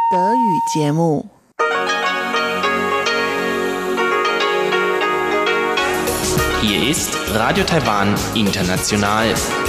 Hier ist Radio Taiwan International.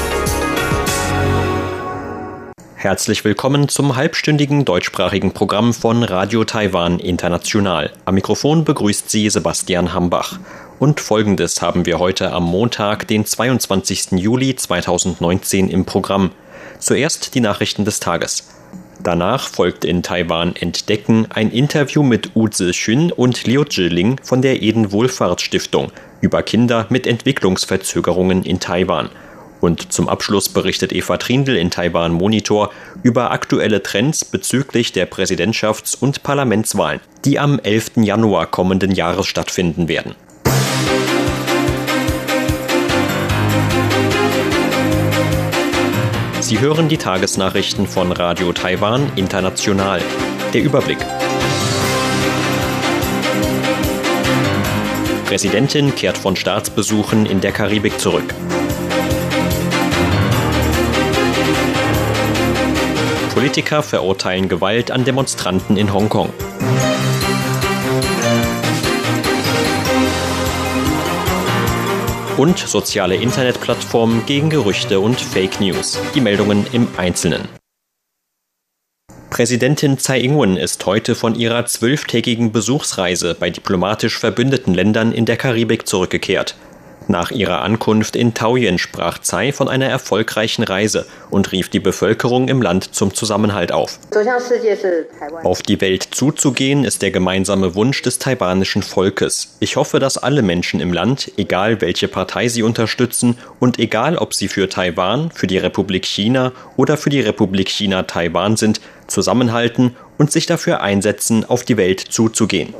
Herzlich willkommen zum halbstündigen deutschsprachigen Programm von Radio Taiwan International. Am Mikrofon begrüßt Sie Sebastian Hambach. Und Folgendes haben wir heute am Montag, den 22. Juli 2019 im Programm. Zuerst die Nachrichten des Tages. Danach folgt in Taiwan Entdecken ein Interview mit Wu Zixun und Liu Zhiling von der Eden Wohlfahrtsstiftung über Kinder mit Entwicklungsverzögerungen in Taiwan. Und zum Abschluss berichtet Eva Trindl in Taiwan Monitor über aktuelle Trends bezüglich der Präsidentschafts- und Parlamentswahlen, die am 11. Januar kommenden Jahres stattfinden werden. Sie hören die Tagesnachrichten von Radio Taiwan International. Der Überblick. Präsidentin kehrt von Staatsbesuchen in der Karibik zurück. Politiker verurteilen Gewalt an Demonstranten in Hongkong. Und soziale Internetplattformen gegen Gerüchte und Fake News. Die Meldungen im Einzelnen. Präsidentin Tsai Ing-wen ist heute von ihrer 12-tägigen Besuchsreise bei diplomatisch verbündeten Ländern in der Karibik zurückgekehrt. Nach ihrer Ankunft in Taoyuan sprach Tsai von einer erfolgreichen Reise und rief die Bevölkerung im Land zum Zusammenhalt auf. Auf die Welt zuzugehen ist der gemeinsame Wunsch des taiwanischen Volkes. Ich hoffe, dass alle Menschen im Land, egal welche Partei sie unterstützen und egal ob sie für Taiwan, für die Republik China oder für die Republik China Taiwan sind, zusammenhalten und sich dafür einsetzen, auf die Welt zuzugehen.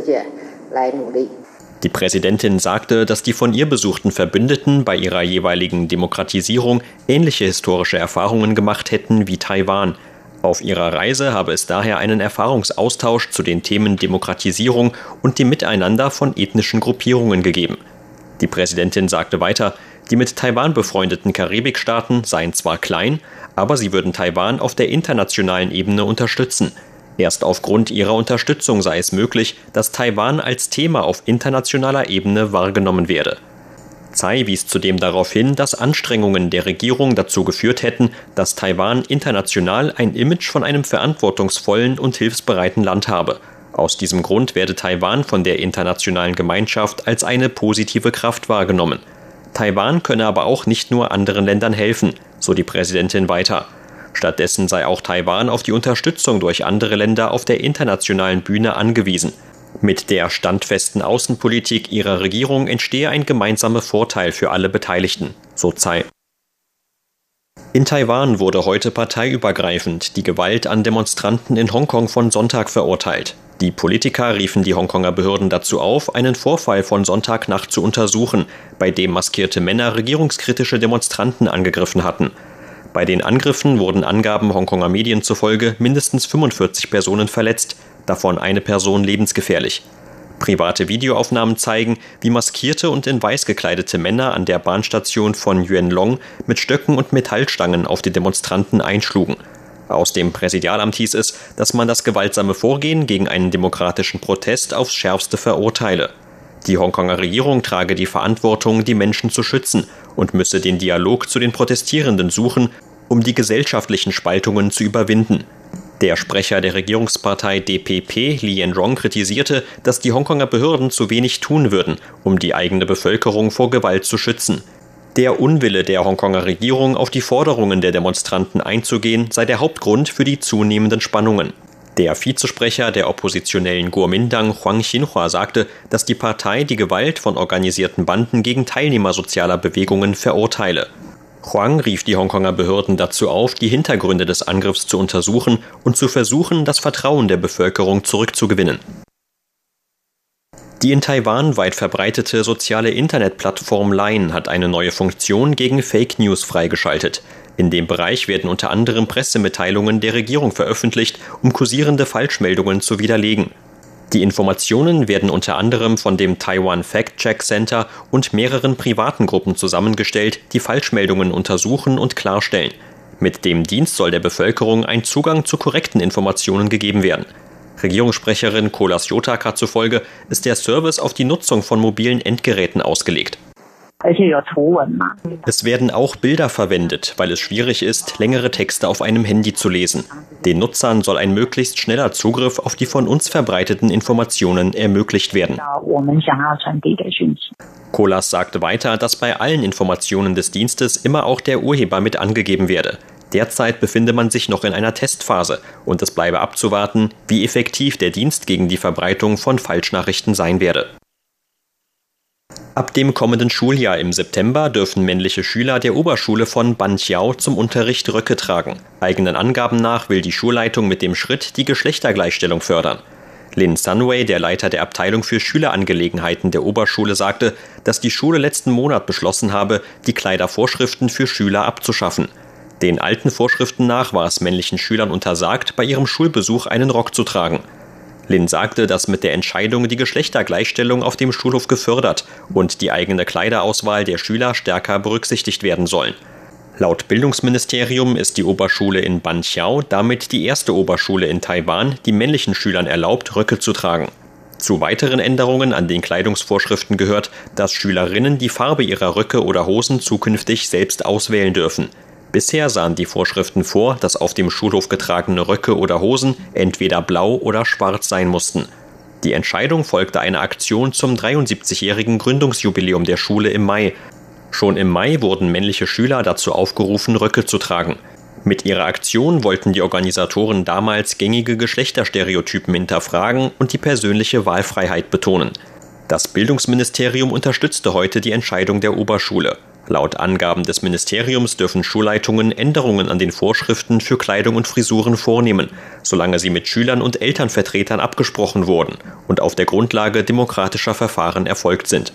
Die Präsidentin sagte, dass die von ihr besuchten Verbündeten bei ihrer jeweiligen Demokratisierung ähnliche historische Erfahrungen gemacht hätten wie Taiwan. Auf ihrer Reise habe es daher einen Erfahrungsaustausch zu den Themen Demokratisierung und dem Miteinander von ethnischen Gruppierungen gegeben. Die Präsidentin sagte weiter, die mit Taiwan befreundeten Karibikstaaten seien zwar klein, aber sie würden Taiwan auf der internationalen Ebene unterstützen. Erst aufgrund ihrer Unterstützung sei es möglich, dass Taiwan als Thema auf internationaler Ebene wahrgenommen werde. Tsai wies zudem darauf hin, dass Anstrengungen der Regierung dazu geführt hätten, dass Taiwan international ein Image von einem verantwortungsvollen und hilfsbereiten Land habe. Aus diesem Grund werde Taiwan von der internationalen Gemeinschaft als eine positive Kraft wahrgenommen. Taiwan könne aber auch nicht nur anderen Ländern helfen, so die Präsidentin weiter. Stattdessen sei auch Taiwan auf die Unterstützung durch andere Länder auf der internationalen Bühne angewiesen. Mit der standfesten Außenpolitik ihrer Regierung entstehe ein gemeinsamer Vorteil für alle Beteiligten, so Tsai. In Taiwan wurde heute parteiübergreifend die Gewalt an Demonstranten in Hongkong von Sonntag verurteilt. Die Politiker riefen die Hongkonger Behörden dazu auf, einen Vorfall von Sonntagnacht zu untersuchen, bei dem maskierte Männer regierungskritische Demonstranten angegriffen hatten. Bei den Angriffen wurden Angaben Hongkonger Medien zufolge mindestens 45 Personen verletzt, davon eine Person lebensgefährlich. Private Videoaufnahmen zeigen, wie maskierte und in weiß gekleidete Männer an der Bahnstation von Yuen Long mit Stöcken und Metallstangen auf die Demonstranten einschlugen. Aus dem Präsidialamt hieß es, dass man das gewaltsame Vorgehen gegen einen demokratischen Protest aufs Schärfste verurteile. Die Hongkonger Regierung trage die Verantwortung, die Menschen zu schützen und müsse den Dialog zu den Protestierenden suchen, um die gesellschaftlichen Spaltungen zu überwinden. Der Sprecher der Regierungspartei DPP, Li Yanrong, kritisierte, dass die Hongkonger Behörden zu wenig tun würden, um die eigene Bevölkerung vor Gewalt zu schützen. Der Unwille der Hongkonger Regierung, auf die Forderungen der Demonstranten einzugehen, sei der Hauptgrund für die zunehmenden Spannungen. Der Vizesprecher der oppositionellen Kuomintang, Huang Xinhua, sagte, dass die Partei die Gewalt von organisierten Banden gegen Teilnehmer sozialer Bewegungen verurteile. Huang rief die Hongkonger Behörden dazu auf, die Hintergründe des Angriffs zu untersuchen und zu versuchen, das Vertrauen der Bevölkerung zurückzugewinnen. Die in Taiwan weit verbreitete soziale Internetplattform Line hat eine neue Funktion gegen Fake News freigeschaltet. In dem Bereich werden unter anderem Pressemitteilungen der Regierung veröffentlicht, um kursierende Falschmeldungen zu widerlegen. Die Informationen werden unter anderem von dem Taiwan Fact-Check Center und mehreren privaten Gruppen zusammengestellt, die Falschmeldungen untersuchen und klarstellen. Mit dem Dienst soll der Bevölkerung ein Zugang zu korrekten Informationen gegeben werden. Regierungssprecherin Kolas Jotak zufolge ist der Service auf die Nutzung von mobilen Endgeräten ausgelegt. Es werden auch Bilder verwendet, weil es schwierig ist, längere Texte auf einem Handy zu lesen. Den Nutzern soll ein möglichst schneller Zugriff auf die von uns verbreiteten Informationen ermöglicht werden. Kolas sagte weiter, dass bei allen Informationen des Dienstes immer auch der Urheber mit angegeben werde. Derzeit befinde man sich noch in einer Testphase und es bleibe abzuwarten, wie effektiv der Dienst gegen die Verbreitung von Falschnachrichten sein werde. Ab dem kommenden Schuljahr im September dürfen männliche Schüler der Oberschule von Banqiao zum Unterricht Röcke tragen. Eigenen Angaben nach will die Schulleitung mit dem Schritt die Geschlechtergleichstellung fördern. Lin Sunway, der Leiter der Abteilung für Schülerangelegenheiten der Oberschule, sagte, dass die Schule letzten Monat beschlossen habe, die Kleidervorschriften für Schüler abzuschaffen. Den alten Vorschriften nach war es männlichen Schülern untersagt, bei ihrem Schulbesuch einen Rock zu tragen. Lin sagte, dass mit der Entscheidung die Geschlechtergleichstellung auf dem Schulhof gefördert und die eigene Kleiderauswahl der Schüler stärker berücksichtigt werden sollen. Laut Bildungsministerium ist die Oberschule in Banqiao damit die erste Oberschule in Taiwan, die männlichen Schülern erlaubt, Röcke zu tragen. Zu weiteren Änderungen an den Kleidungsvorschriften gehört, dass Schülerinnen die Farbe ihrer Röcke oder Hosen zukünftig selbst auswählen dürfen. Bisher sahen die Vorschriften vor, dass auf dem Schulhof getragene Röcke oder Hosen entweder blau oder schwarz sein mussten. Die Entscheidung folgte einer Aktion zum 73-jährigen Gründungsjubiläum der Schule im Mai. Schon im Mai wurden männliche Schüler dazu aufgerufen, Röcke zu tragen. Mit ihrer Aktion wollten die Organisatoren damals gängige Geschlechterstereotypen hinterfragen und die persönliche Wahlfreiheit betonen. Das Bildungsministerium unterstützte heute die Entscheidung der Oberschule. Laut Angaben des Ministeriums dürfen Schulleitungen Änderungen an den Vorschriften für Kleidung und Frisuren vornehmen, solange sie mit Schülern und Elternvertretern abgesprochen wurden und auf der Grundlage demokratischer Verfahren erfolgt sind.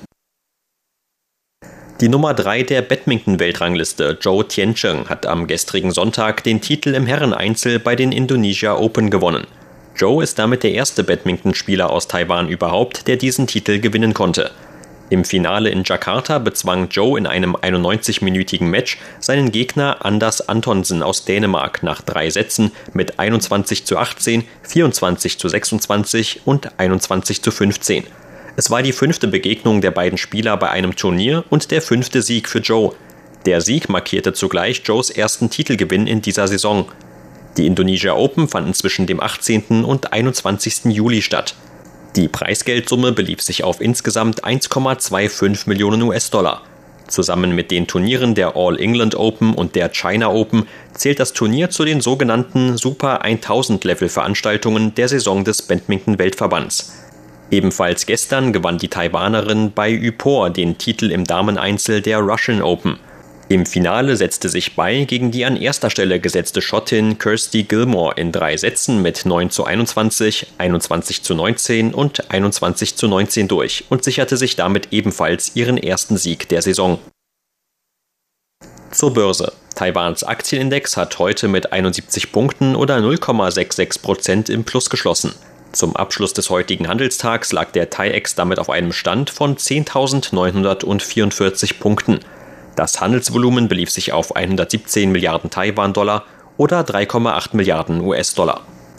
Die Nummer 3 der Badminton-Weltrangliste, Zhou Tiancheng, hat am gestrigen Sonntag den Titel im Herreneinzel bei den Indonesia Open gewonnen. Zhou ist damit der erste Badmintonspieler aus Taiwan überhaupt, der diesen Titel gewinnen konnte. Im Finale in Jakarta bezwang Zhou in einem 91-minütigen Match seinen Gegner Anders Antonsen aus Dänemark nach 3 Sätzen mit 21:18, 24:26 und 21:15. Es war die 5. Begegnung der beiden Spieler bei einem Turnier und der 5. Sieg für Zhou. Der Sieg markierte zugleich Zhous ersten Titelgewinn in dieser Saison. Die Indonesia Open fanden zwischen dem 18. und 21. Juli statt. Die Preisgeldsumme belief sich auf insgesamt 1,25 Millionen US-Dollar. Zusammen mit den Turnieren der All England Open und der China Open zählt das Turnier zu den sogenannten Super 1000-Level-Veranstaltungen der Saison des Badminton-Weltverbands. Ebenfalls gestern gewann die Taiwanerin Bai Yupor den Titel im Dameneinzel der Russian Open. Im Finale setzte sich Bai gegen die an erster Stelle gesetzte Schottin Kirsty Gilmore in 3 Sätzen mit 9:21, 21:19 und 21:19 durch und sicherte sich damit ebenfalls ihren ersten Sieg der Saison. Zur Börse. Taiwans Aktienindex hat heute mit 71 Punkten oder 0,66% im Plus geschlossen. Zum Abschluss des heutigen Handelstags lag der TAIEX damit auf einem Stand von 10.944 Punkten. Das Handelsvolumen belief sich auf 117 Milliarden Taiwan-Dollar oder 3,8 Milliarden US-Dollar.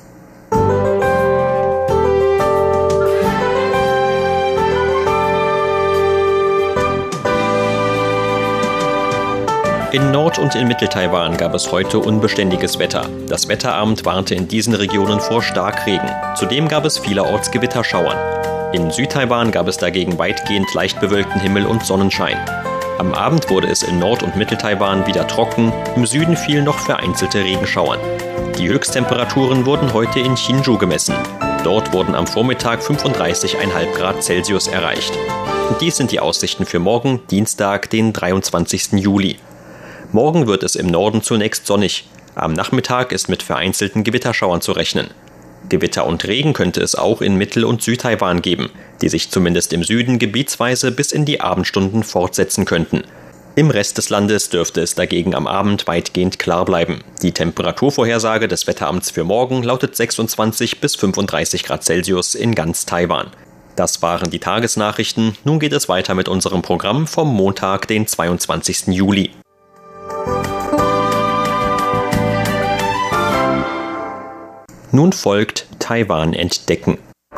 In Nord- und in Mittel-Taiwan gab es heute unbeständiges Wetter. Das Wetteramt warnte in diesen Regionen vor Starkregen. Zudem gab es vielerorts Gewitterschauern. In Südtaiwan gab es dagegen weitgehend leicht bewölkten Himmel und Sonnenschein. Am Abend wurde es in Nord- und Mittel-Taiwan wieder trocken, im Süden fielen noch vereinzelte Regenschauern. Die Höchsttemperaturen wurden heute in Hsinchu gemessen. Dort wurden am Vormittag 35,5 Grad Celsius erreicht. Und dies sind die Aussichten für morgen, Dienstag, den 23. Juli. Morgen wird es im Norden zunächst sonnig. Am Nachmittag ist mit vereinzelten Gewitterschauern zu rechnen. Gewitter und Regen könnte es auch in Mittel- und Südtaiwan geben, die sich zumindest im Süden gebietsweise bis in die Abendstunden fortsetzen könnten. Im Rest des Landes dürfte es dagegen am Abend weitgehend klar bleiben. Die Temperaturvorhersage des Wetteramts für morgen lautet 26 bis 35 Grad Celsius in ganz Taiwan. Das waren die Tagesnachrichten. Nun geht es weiter mit unserem Programm vom Montag, den 22. Juli. Nun folgt Taiwan entdecken.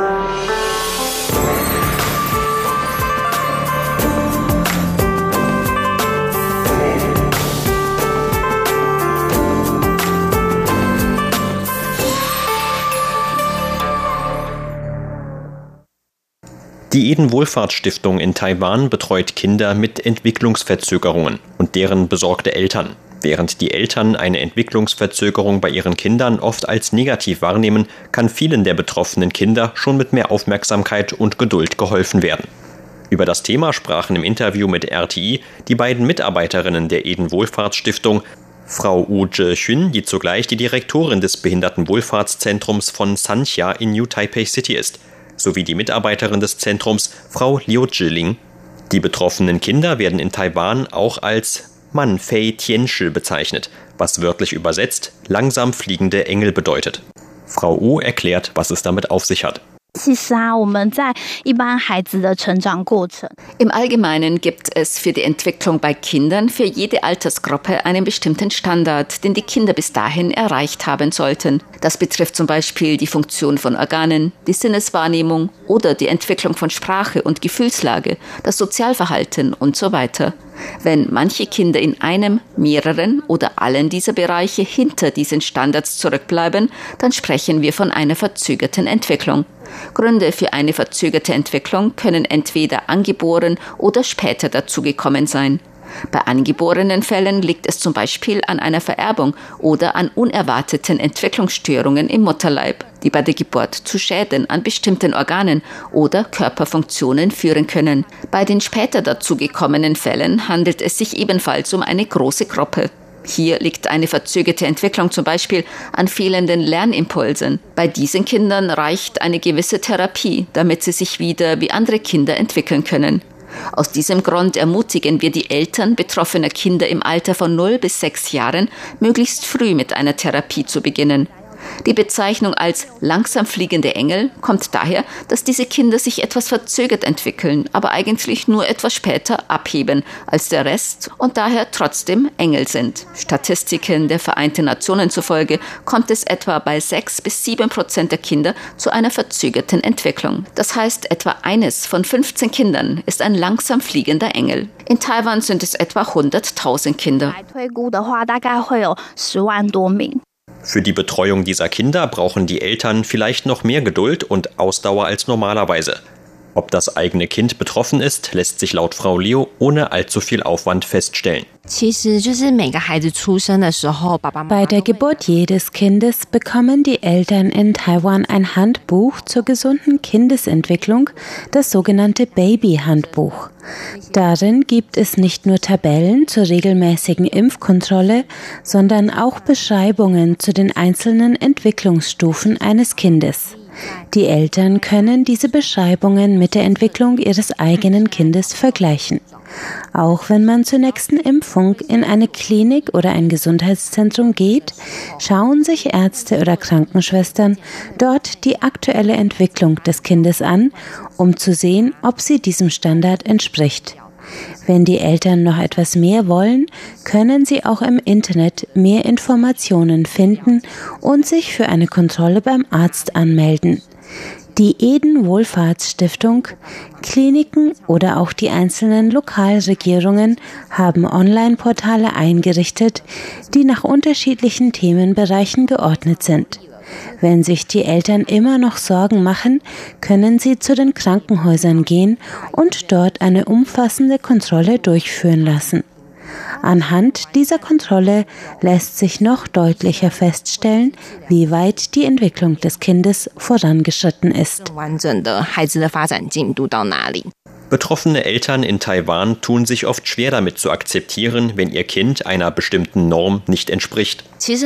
Die Eden-Wohlfahrtsstiftung in Taiwan betreut Kinder mit Entwicklungsverzögerungen und deren besorgte Eltern. Während die Eltern eine Entwicklungsverzögerung bei ihren Kindern oft als negativ wahrnehmen, kann vielen der betroffenen Kinder schon mit mehr Aufmerksamkeit und Geduld geholfen werden. Über das Thema sprachen im Interview mit RTI die beiden Mitarbeiterinnen der Eden-Wohlfahrtsstiftung, Frau Wu Zhexun, die zugleich die Direktorin des Behindertenwohlfahrtszentrums von Sanxia in New Taipei City ist, sowie die Mitarbeiterin des Zentrums, Frau Liu Zhiling. Die betroffenen Kinder werden in Taiwan auch als Man Fei Tianshi bezeichnet, was wörtlich übersetzt langsam fliegende Engel bedeutet. Frau Wu erklärt, was es damit auf sich hat. Im Allgemeinen gibt es für die Entwicklung bei Kindern für jede Altersgruppe einen bestimmten Standard, den die Kinder bis dahin erreicht haben sollten. Das betrifft zum Beispiel die Funktion von Organen, die Sinneswahrnehmung oder die Entwicklung von Sprache und Gefühlslage, das Sozialverhalten und so weiter. Wenn manche Kinder in einem, mehreren oder allen dieser Bereiche hinter diesen Standards zurückbleiben, dann sprechen wir von einer verzögerten Entwicklung. Gründe für eine verzögerte Entwicklung können entweder angeboren oder später dazugekommen sein. Bei angeborenen Fällen liegt es zum Beispiel an einer Vererbung oder an unerwarteten Entwicklungsstörungen im Mutterleib, die bei der Geburt zu Schäden an bestimmten Organen oder Körperfunktionen führen können. Bei den später dazugekommenen Fällen handelt es sich ebenfalls um eine große Gruppe. Hier liegt eine verzögerte Entwicklung zum Beispiel an fehlenden Lernimpulsen. Bei diesen Kindern reicht eine gewisse Therapie, damit sie sich wieder wie andere Kinder entwickeln können. Aus diesem Grund ermutigen wir die Eltern betroffener Kinder im Alter von 0 bis 6 Jahren, möglichst früh mit einer Therapie zu beginnen. Die Bezeichnung als langsam fliegende Engel kommt daher, dass diese Kinder sich etwas verzögert entwickeln, aber eigentlich nur etwas später abheben als der Rest und daher trotzdem Engel sind. Statistiken der Vereinten Nationen zufolge kommt es etwa bei 6 bis 7% der Kinder zu einer verzögerten Entwicklung. Das heißt, etwa eines von 15 Kindern ist ein langsam fliegender Engel. In Taiwan sind es etwa 100.000 Kinder. Für die Betreuung dieser Kinder brauchen die Eltern vielleicht noch mehr Geduld und Ausdauer als normalerweise. Ob das eigene Kind betroffen ist, lässt sich laut Frau Liu ohne allzu viel Aufwand feststellen. Bei der Geburt jedes Kindes bekommen die Eltern in Taiwan ein Handbuch zur gesunden Kindesentwicklung, das sogenannte Baby-Handbuch. Darin gibt es nicht nur Tabellen zur regelmäßigen Impfkontrolle, sondern auch Beschreibungen zu den einzelnen Entwicklungsstufen eines Kindes. Die Eltern können diese Beschreibungen mit der Entwicklung ihres eigenen Kindes vergleichen. Auch wenn man zur nächsten Impfung in eine Klinik oder ein Gesundheitszentrum geht, schauen sich Ärzte oder Krankenschwestern dort die aktuelle Entwicklung des Kindes an, um zu sehen, ob sie diesem Standard entspricht. Wenn die Eltern noch etwas mehr wollen, können sie auch im Internet mehr Informationen finden und sich für eine Kontrolle beim Arzt anmelden. Die Eden-Wohlfahrtsstiftung, Kliniken oder auch die einzelnen Lokalregierungen haben Online-Portale eingerichtet, die nach unterschiedlichen Themenbereichen geordnet sind. Wenn sich die Eltern immer noch Sorgen machen, können sie zu den Krankenhäusern gehen und dort eine umfassende Kontrolle durchführen lassen. Anhand dieser Kontrolle lässt sich noch deutlicher feststellen, wie weit die Entwicklung des Kindes vorangeschritten ist. Betroffene Eltern in Taiwan tun sich oft schwer damit zu akzeptieren, wenn ihr Kind einer bestimmten Norm nicht entspricht.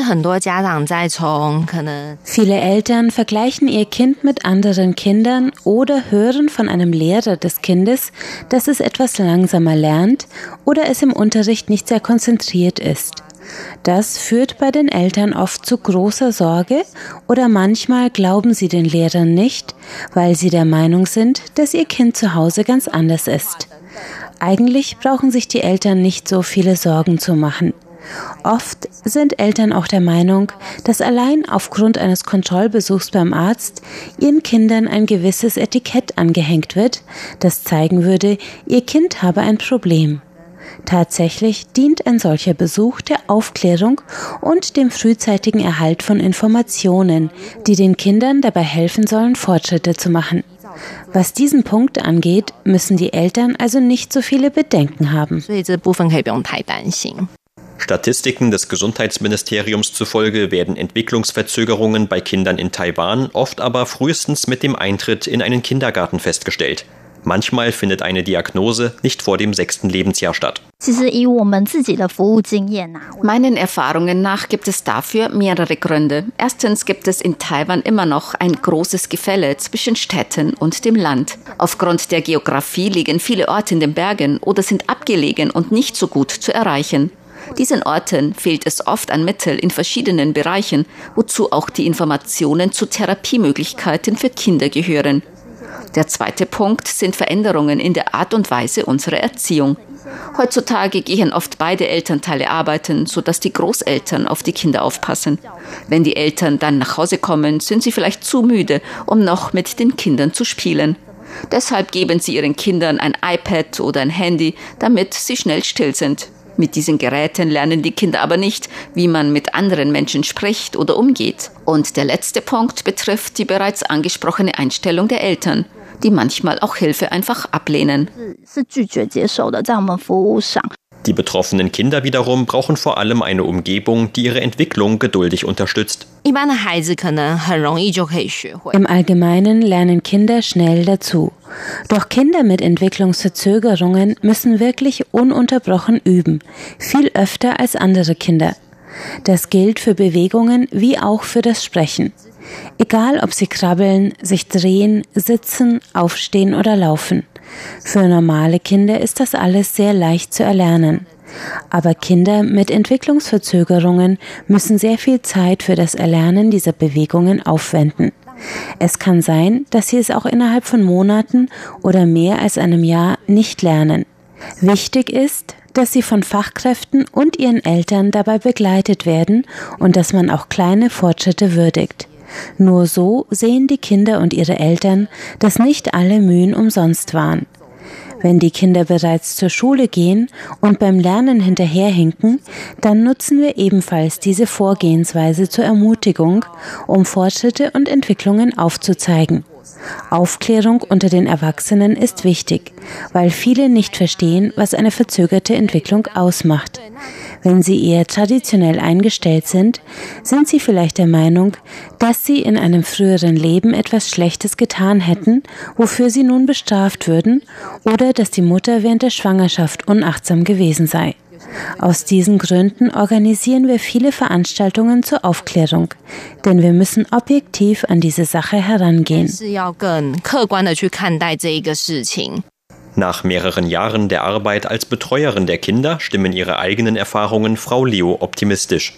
Viele Eltern vergleichen ihr Kind mit anderen Kindern oder hören von einem Lehrer des Kindes, dass es etwas langsamer lernt oder es im Unterricht nicht sehr konzentriert ist. Das führt bei den Eltern oft zu großer Sorge oder manchmal glauben sie den Lehrern nicht, weil sie der Meinung sind, dass ihr Kind zu Hause ganz anders ist. Eigentlich brauchen sich die Eltern nicht so viele Sorgen zu machen. Oft sind Eltern auch der Meinung, dass allein aufgrund eines Kontrollbesuchs beim Arzt ihren Kindern ein gewisses Etikett angehängt wird, das zeigen würde, ihr Kind habe ein Problem. Tatsächlich dient ein solcher Besuch der Aufklärung und dem frühzeitigen Erhalt von Informationen, die den Kindern dabei helfen sollen, Fortschritte zu machen. Was diesen Punkt angeht, müssen die Eltern also nicht so viele Bedenken haben. Statistiken des Gesundheitsministeriums zufolge werden Entwicklungsverzögerungen bei Kindern in Taiwan oft aber frühestens mit dem Eintritt in einen Kindergarten festgestellt. Manchmal findet eine Diagnose nicht vor dem 6. Lebensjahr statt. Meinen Erfahrungen nach gibt es dafür mehrere Gründe. Erstens gibt es in Taiwan immer noch ein großes Gefälle zwischen Städten und dem Land. Aufgrund der Geografie liegen viele Orte in den Bergen oder sind abgelegen und nicht so gut zu erreichen. Diesen Orten fehlt es oft an Mitteln in verschiedenen Bereichen, wozu auch die Informationen zu Therapiemöglichkeiten für Kinder gehören. Der zweite Punkt sind Veränderungen in der Art und Weise unserer Erziehung. Heutzutage gehen oft beide Elternteile arbeiten, sodass die Großeltern auf die Kinder aufpassen. Wenn die Eltern dann nach Hause kommen, sind sie vielleicht zu müde, um noch mit den Kindern zu spielen. Deshalb geben sie ihren Kindern ein iPad oder ein Handy, damit sie schnell still sind. Mit diesen Geräten lernen die Kinder aber nicht, wie man mit anderen Menschen spricht oder umgeht. Und der letzte Punkt betrifft die bereits angesprochene Einstellung der Eltern, die manchmal auch Hilfe einfach ablehnen. Die betroffenen Kinder wiederum brauchen vor allem eine Umgebung, die ihre Entwicklung geduldig unterstützt. Im Allgemeinen lernen Kinder schnell dazu. Doch Kinder mit Entwicklungsverzögerungen müssen wirklich ununterbrochen üben, viel öfter als andere Kinder. Das gilt für Bewegungen wie auch für das Sprechen. Egal, ob sie krabbeln, sich drehen, sitzen, aufstehen oder laufen. Für normale Kinder ist das alles sehr leicht zu erlernen. Aber Kinder mit Entwicklungsverzögerungen müssen sehr viel Zeit für das Erlernen dieser Bewegungen aufwenden. Es kann sein, dass sie es auch innerhalb von Monaten oder mehr als einem Jahr nicht lernen. Wichtig ist, dass sie von Fachkräften und ihren Eltern dabei begleitet werden und dass man auch kleine Fortschritte würdigt. Nur so sehen die Kinder und ihre Eltern, dass nicht alle Mühen umsonst waren. Wenn die Kinder bereits zur Schule gehen und beim Lernen hinterherhinken, dann nutzen wir ebenfalls diese Vorgehensweise zur Ermutigung, um Fortschritte und Entwicklungen aufzuzeigen. Aufklärung unter den Erwachsenen ist wichtig, weil viele nicht verstehen, was eine verzögerte Entwicklung ausmacht. Wenn sie eher traditionell eingestellt sind, sind sie vielleicht der Meinung, dass sie in einem früheren Leben etwas Schlechtes getan hätten, wofür sie nun bestraft würden, oder dass die Mutter während der Schwangerschaft unachtsam gewesen sei. Aus diesen Gründen organisieren wir viele Veranstaltungen zur Aufklärung, denn wir müssen objektiv an diese Sache herangehen. Nach mehreren Jahren der Arbeit als Betreuerin der Kinder stimmen ihre eigenen Erfahrungen Frau Liu optimistisch.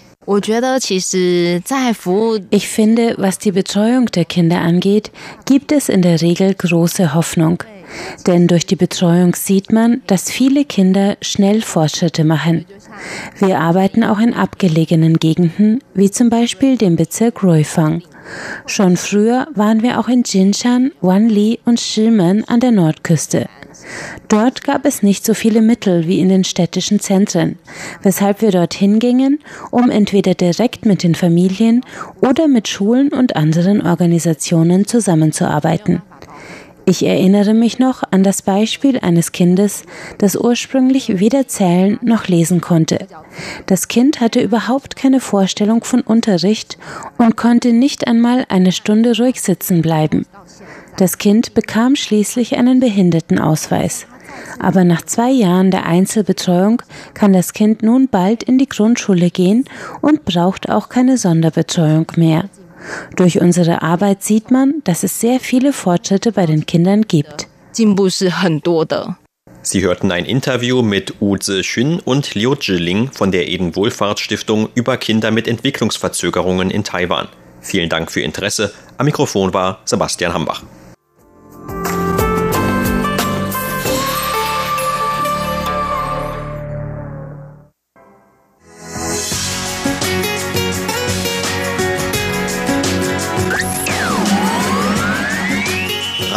Ich finde, was die Betreuung der Kinder angeht, gibt es in der Regel große Hoffnung. Denn durch die Betreuung sieht man, dass viele Kinder schnell Fortschritte machen. Wir arbeiten auch in abgelegenen Gegenden, wie zum Beispiel dem Bezirk Ruifang. Schon früher waren wir auch in Jinshan, Wanli und Shimen an der Nordküste. Dort gab es nicht so viele Mittel wie in den städtischen Zentren, weshalb wir dorthin gingen, um entweder direkt mit den Familien oder mit Schulen und anderen Organisationen zusammenzuarbeiten. Ich erinnere mich noch an das Beispiel eines Kindes, das ursprünglich weder zählen noch lesen konnte. Das Kind hatte überhaupt keine Vorstellung von Unterricht und konnte nicht einmal eine Stunde ruhig sitzen bleiben. Das Kind bekam schließlich einen Behindertenausweis. Aber nach 2 Jahren der Einzelbetreuung kann das Kind nun bald in die Grundschule gehen und braucht auch keine Sonderbetreuung mehr. Durch unsere Arbeit sieht man, dass es sehr viele Fortschritte bei den Kindern gibt. Sie hörten ein Interview mit Wu Zixun und Liu Zhiling von der Eden-Wohlfahrtsstiftung über Kinder mit Entwicklungsverzögerungen in Taiwan. Vielen Dank für Ihr Interesse. Am Mikrofon war Sebastian Hambach.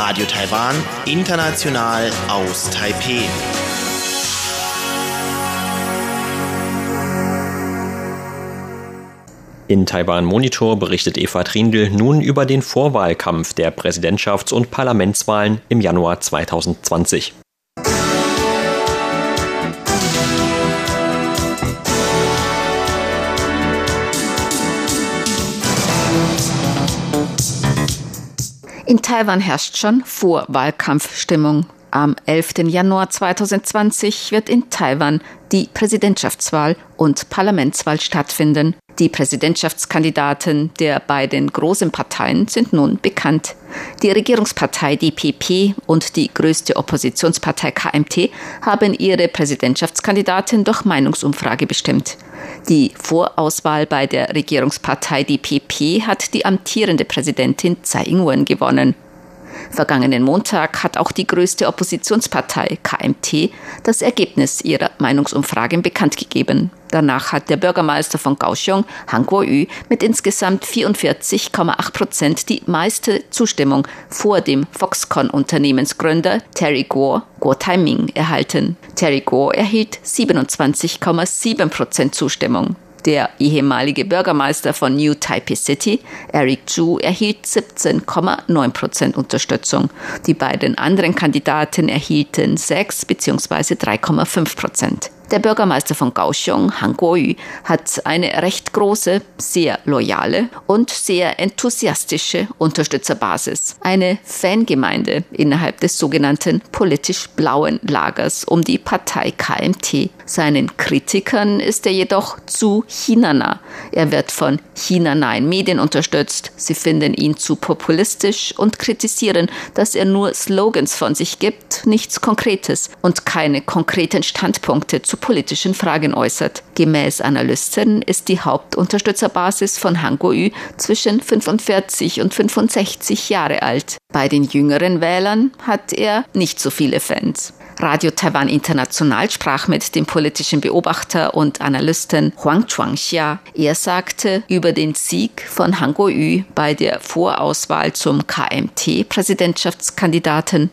Radio Taiwan, international aus Taipeh. In Taiwan Monitor berichtet Eva Trindl nun über den Vorwahlkampf der Präsidentschafts- und Parlamentswahlen im Januar 2020. In Taiwan herrscht schon Vorwahlkampfstimmung. Am 11. Januar 2020 wird in Taiwan die Präsidentschaftswahl und Parlamentswahl stattfinden. Die Präsidentschaftskandidaten der beiden großen Parteien sind nun bekannt. Die Regierungspartei DPP und die größte Oppositionspartei KMT haben ihre Präsidentschaftskandidaten durch Meinungsumfrage bestimmt. Die Vorauswahl bei der Regierungspartei DPP hat die amtierende Präsidentin Tsai Ing-wen gewonnen. Vergangenen Montag hat auch die größte Oppositionspartei KMT das Ergebnis ihrer Meinungsumfragen bekannt gegeben. Danach hat der Bürgermeister von Kaohsiung, Han Kuo-yu, mit insgesamt 44,8% die meiste Zustimmung vor dem Foxconn-Unternehmensgründer Terry Gou Taiming erhalten. Terry Gou erhielt 27,7% Zustimmung. Der ehemalige Bürgermeister von New Taipei City, Eric Chu, erhielt 17,9% Unterstützung. Die beiden anderen Kandidaten erhielten 6 bzw. 3,5%. Der Bürgermeister von Kaohsiung, Han Kuo-yu, hat eine recht große, sehr loyale und sehr enthusiastische Unterstützerbasis. Eine Fangemeinde innerhalb des sogenannten politisch blauen Lagers um die Partei KMT. Seinen Kritikern ist er jedoch zu China-nah. Er wird von China-nahen Medien unterstützt. Sie finden ihn zu populistisch und kritisieren, dass er nur Slogans von sich gibt, nichts Konkretes und keine konkreten Standpunkte zu politischen Fragen äußert. Gemäß Analysten ist die Hauptunterstützerbasis von Han Kuo-yu zwischen 45 und 65 Jahre alt. Bei den jüngeren Wählern hat er nicht so viele Fans. Radio Taiwan International sprach mit dem politischen Beobachter und Analysten Huang Chuanxia. Er sagte über den Sieg von Han Kuo-yu bei der Vorauswahl zum KMT-Präsidentschaftskandidaten: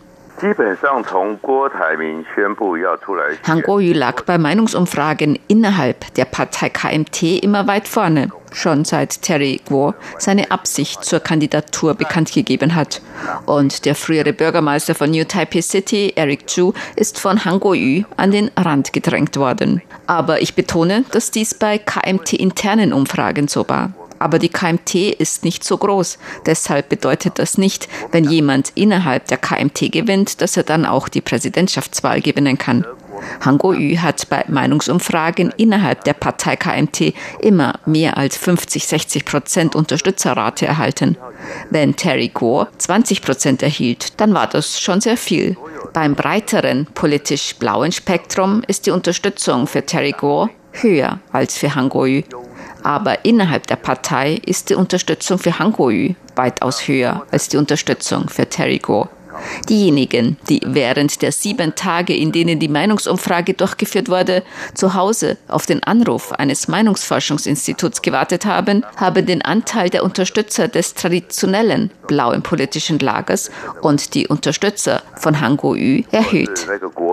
Han Kuo-yu lag bei Meinungsumfragen innerhalb der Partei KMT immer weit vorne, schon seit Terry Gou seine Absicht zur Kandidatur bekannt gegeben hat. Und der frühere Bürgermeister von New Taipei City, Eric Chu, ist von Han Kuo-yu an den Rand gedrängt worden. Aber ich betone, dass dies bei KMT-internen Umfragen so war. Aber die KMT ist nicht so groß. Deshalb bedeutet das nicht, wenn jemand innerhalb der KMT gewinnt, dass er dann auch die Präsidentschaftswahl gewinnen kann. Han Kuo-yu hat bei Meinungsumfragen innerhalb der Partei KMT immer mehr als 50-60% Unterstützerrate erhalten. Wenn Terry Gou 20% erhielt, dann war das schon sehr viel. Beim breiteren politisch blauen Spektrum ist die Unterstützung für Terry Gou höher als für Han Kuo-yu. Aber innerhalb der Partei ist die Unterstützung für Han Kuo-yu weitaus höher als die Unterstützung für Terry Gou. Diejenigen, die während der 7 Tage, in denen die Meinungsumfrage durchgeführt wurde, zu Hause auf den Anruf eines Meinungsforschungsinstituts gewartet haben, haben den Anteil der Unterstützer des traditionellen blauen politischen Lagers und die Unterstützer von Han Kuo-yu erhöht.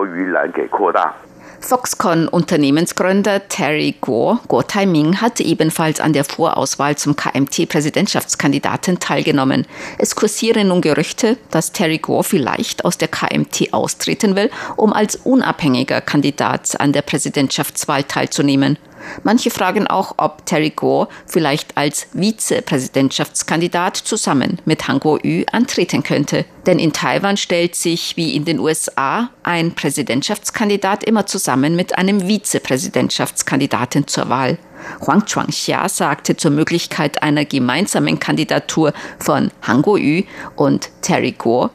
Foxconn-Unternehmensgründer Terry Gou Taiming hat ebenfalls an der Vorauswahl zum KMT-Präsidentschaftskandidaten teilgenommen. Es kursieren nun Gerüchte, dass Terry Gou vielleicht aus der KMT austreten will, um als unabhängiger Kandidat an der Präsidentschaftswahl teilzunehmen. Manche fragen auch, ob Terry Gou vielleicht als Vizepräsidentschaftskandidat zusammen mit Han Kuo-yu antreten könnte. Denn in Taiwan stellt sich, wie in den USA, ein Präsidentschaftskandidat immer zusammen mit einem Vizepräsidentschaftskandidaten zur Wahl. Huang Chuanxia sagte zur Möglichkeit einer gemeinsamen Kandidatur von Han Kuo-yu und Terry Gou: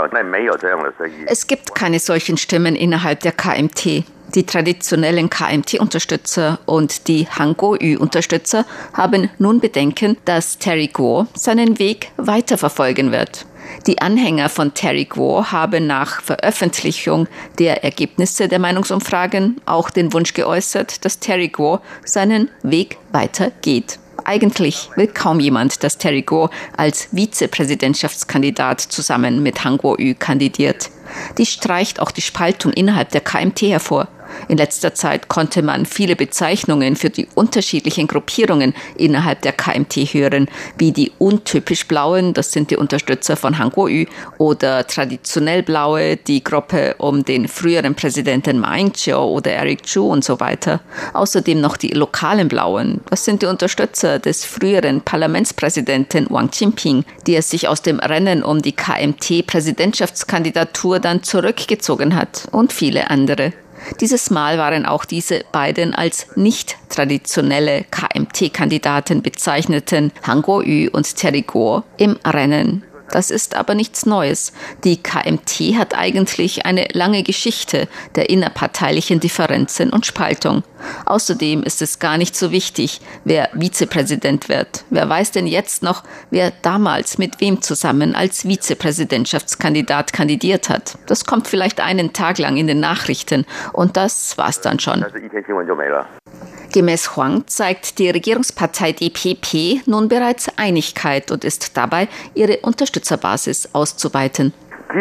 Es gibt keine solchen Stimmen innerhalb der KMT. Die traditionellen KMT-Unterstützer und die Han Kuo-yu-Unterstützer haben nun Bedenken, dass Terry Gou seinen Weg weiterverfolgen wird. Die Anhänger von Terry Gou haben nach Veröffentlichung der Ergebnisse der Meinungsumfragen auch den Wunsch geäußert, dass Terry Gou seinen Weg weitergeht. Eigentlich will kaum jemand, dass Terry Gou als Vizepräsidentschaftskandidat zusammen mit Han Kuo-yu kandidiert. Dies streicht auch die Spaltung innerhalb der KMT hervor. In letzter Zeit konnte man viele Bezeichnungen für die unterschiedlichen Gruppierungen innerhalb der KMT hören, wie die untypisch Blauen, das sind die Unterstützer von Han Kuo-yu, oder traditionell Blaue, die Gruppe um den früheren Präsidenten Ma Ying-jeou oder Eric Chu und so weiter. Außerdem noch die lokalen Blauen, das sind die Unterstützer des früheren Parlamentspräsidenten Wang Qinping, der sich aus dem Rennen um die KMT-Präsidentschaftskandidatur dann zurückgezogen hat, und viele andere. Dieses Mal waren auch diese beiden als nicht traditionelle KMT-Kandidaten bezeichneten Han Kuo-yu und Terry Gou im Rennen. Das ist aber nichts Neues. Die KMT hat eigentlich eine lange Geschichte der innerparteilichen Differenzen und Spaltung. Außerdem ist es gar nicht so wichtig, wer Vizepräsident wird. Wer weiß denn jetzt noch, wer damals mit wem zusammen als Vizepräsidentschaftskandidat kandidiert hat? Das kommt vielleicht einen Tag lang in den Nachrichten und das war's dann schon. Gemäß Huang zeigt die Regierungspartei DPP nun bereits Einigkeit und ist dabei, ihre Unterstützerbasis auszuweiten.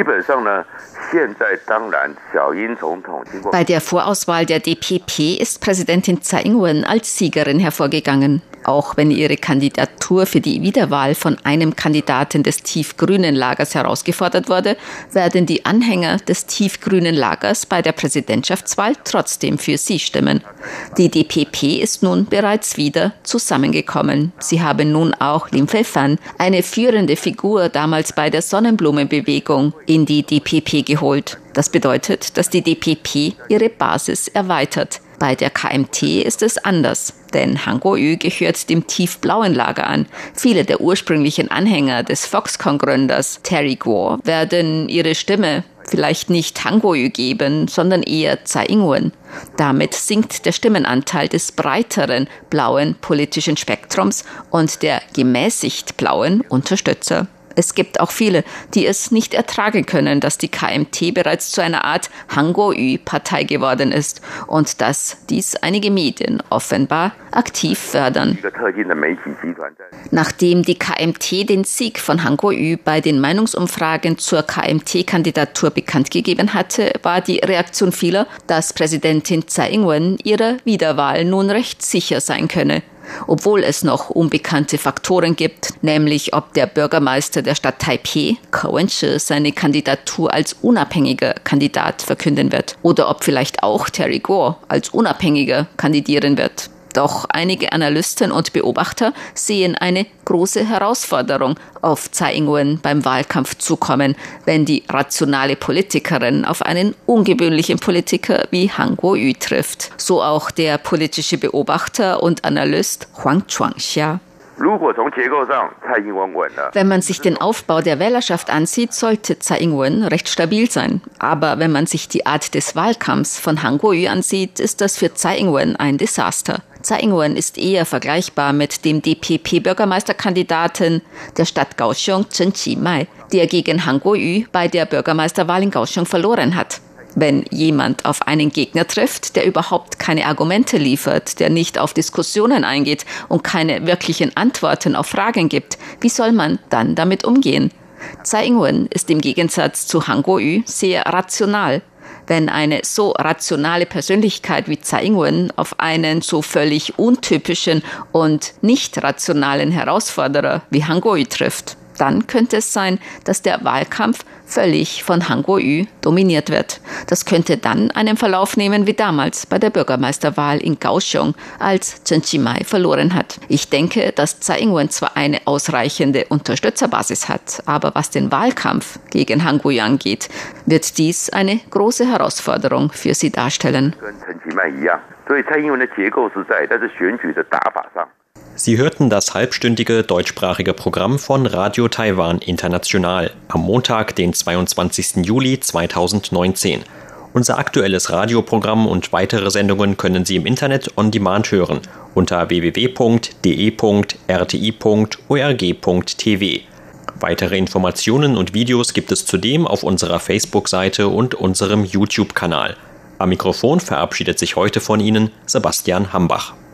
Bei der Vorauswahl der DPP ist Präsidentin Tsai Ing-wen als Siegerin hervorgegangen. Auch wenn ihre Kandidatur für die Wiederwahl von einem Kandidaten des tiefgrünen Lagers herausgefordert wurde, werden die Anhänger des tiefgrünen Lagers bei der Präsidentschaftswahl trotzdem für sie stimmen. Die DPP ist nun bereits wieder zusammengekommen. Sie haben nun auch Lim Fei-fan, eine führende Figur damals bei der Sonnenblumenbewegung, in die DPP geholt. Das bedeutet, dass die DPP ihre Basis erweitert. Bei der KMT ist es anders, denn Han Kuo-yu gehört dem tiefblauen Lager an. Viele der ursprünglichen Anhänger des Foxconn-Gründers Terry Gou werden ihre Stimme vielleicht nicht Han Kuo-yu geben, sondern eher Tsai Ing-wen. Damit sinkt der Stimmenanteil des breiteren blauen politischen Spektrums und der gemäßigt blauen Unterstützer. Es gibt auch viele, die es nicht ertragen können, dass die KMT bereits zu einer Art Han Kuo-yu-Partei geworden ist und dass dies einige Medien offenbar aktiv fördern. Nachdem die KMT den Sieg von Han Kuo-yu bei den Meinungsumfragen zur KMT-Kandidatur bekannt gegeben hatte, war die Reaktion vieler, dass Präsidentin Tsai Ing-wen ihrer Wiederwahl nun recht sicher sein könne. Obwohl es noch unbekannte Faktoren gibt, nämlich ob der Bürgermeister der Stadt Taipeh, Ko Wen-je, seine Kandidatur als unabhängiger Kandidat verkünden wird oder ob vielleicht auch Terry Gou als Unabhängiger kandidieren wird. Doch einige Analysten und Beobachter sehen eine große Herausforderung auf Tsai Ing-wen beim Wahlkampf zukommen, wenn die rationale Politikerin auf einen ungewöhnlichen Politiker wie Han Kuo-yu trifft. So auch der politische Beobachter und Analyst Huang Chuanxia. Wenn man sich den Aufbau der Wählerschaft ansieht, sollte Tsai Ing-wen recht stabil sein. Aber wenn man sich die Art des Wahlkampfs von Han Kuo-yu ansieht, ist das für Tsai Ing-wen ein Desaster. Tsai Ing-wen ist eher vergleichbar mit dem DPP-Bürgermeisterkandidaten der Stadt Kaohsiung, Chen Chi-mai, der gegen Han Kuo-yu bei der Bürgermeisterwahl in Kaohsiung verloren hat. Wenn jemand auf einen Gegner trifft, der überhaupt keine Argumente liefert, der nicht auf Diskussionen eingeht und keine wirklichen Antworten auf Fragen gibt, wie soll man dann damit umgehen? Tsai Ing-wen ist im Gegensatz zu Han Kuo-yu sehr rational. Wenn eine so rationale Persönlichkeit wie Tsai Ing-wen auf einen so völlig untypischen und nicht rationalen Herausforderer wie Han Kuo-yu trifft, dann könnte es sein, dass der Wahlkampf völlig von Han Kuo-yu dominiert wird. Das könnte dann einen Verlauf nehmen wie damals bei der Bürgermeisterwahl in Kaohsiung, als Chen Chi-mai verloren hat. Ich denke, dass Tsai Ing-wen zwar eine ausreichende Unterstützerbasis hat, aber was den Wahlkampf gegen Han Kuo-yu angeht, wird dies eine große Herausforderung für sie darstellen. Sie hörten das halbstündige deutschsprachige Programm von Radio Taiwan International am Montag, den 22. Juli 2019. Unser aktuelles Radioprogramm und weitere Sendungen können Sie im Internet on demand hören unter www.de.rti.org.tv. Weitere Informationen und Videos gibt es zudem auf unserer Facebook-Seite und unserem YouTube-Kanal. Am Mikrofon verabschiedet sich heute von Ihnen Sebastian Hambach.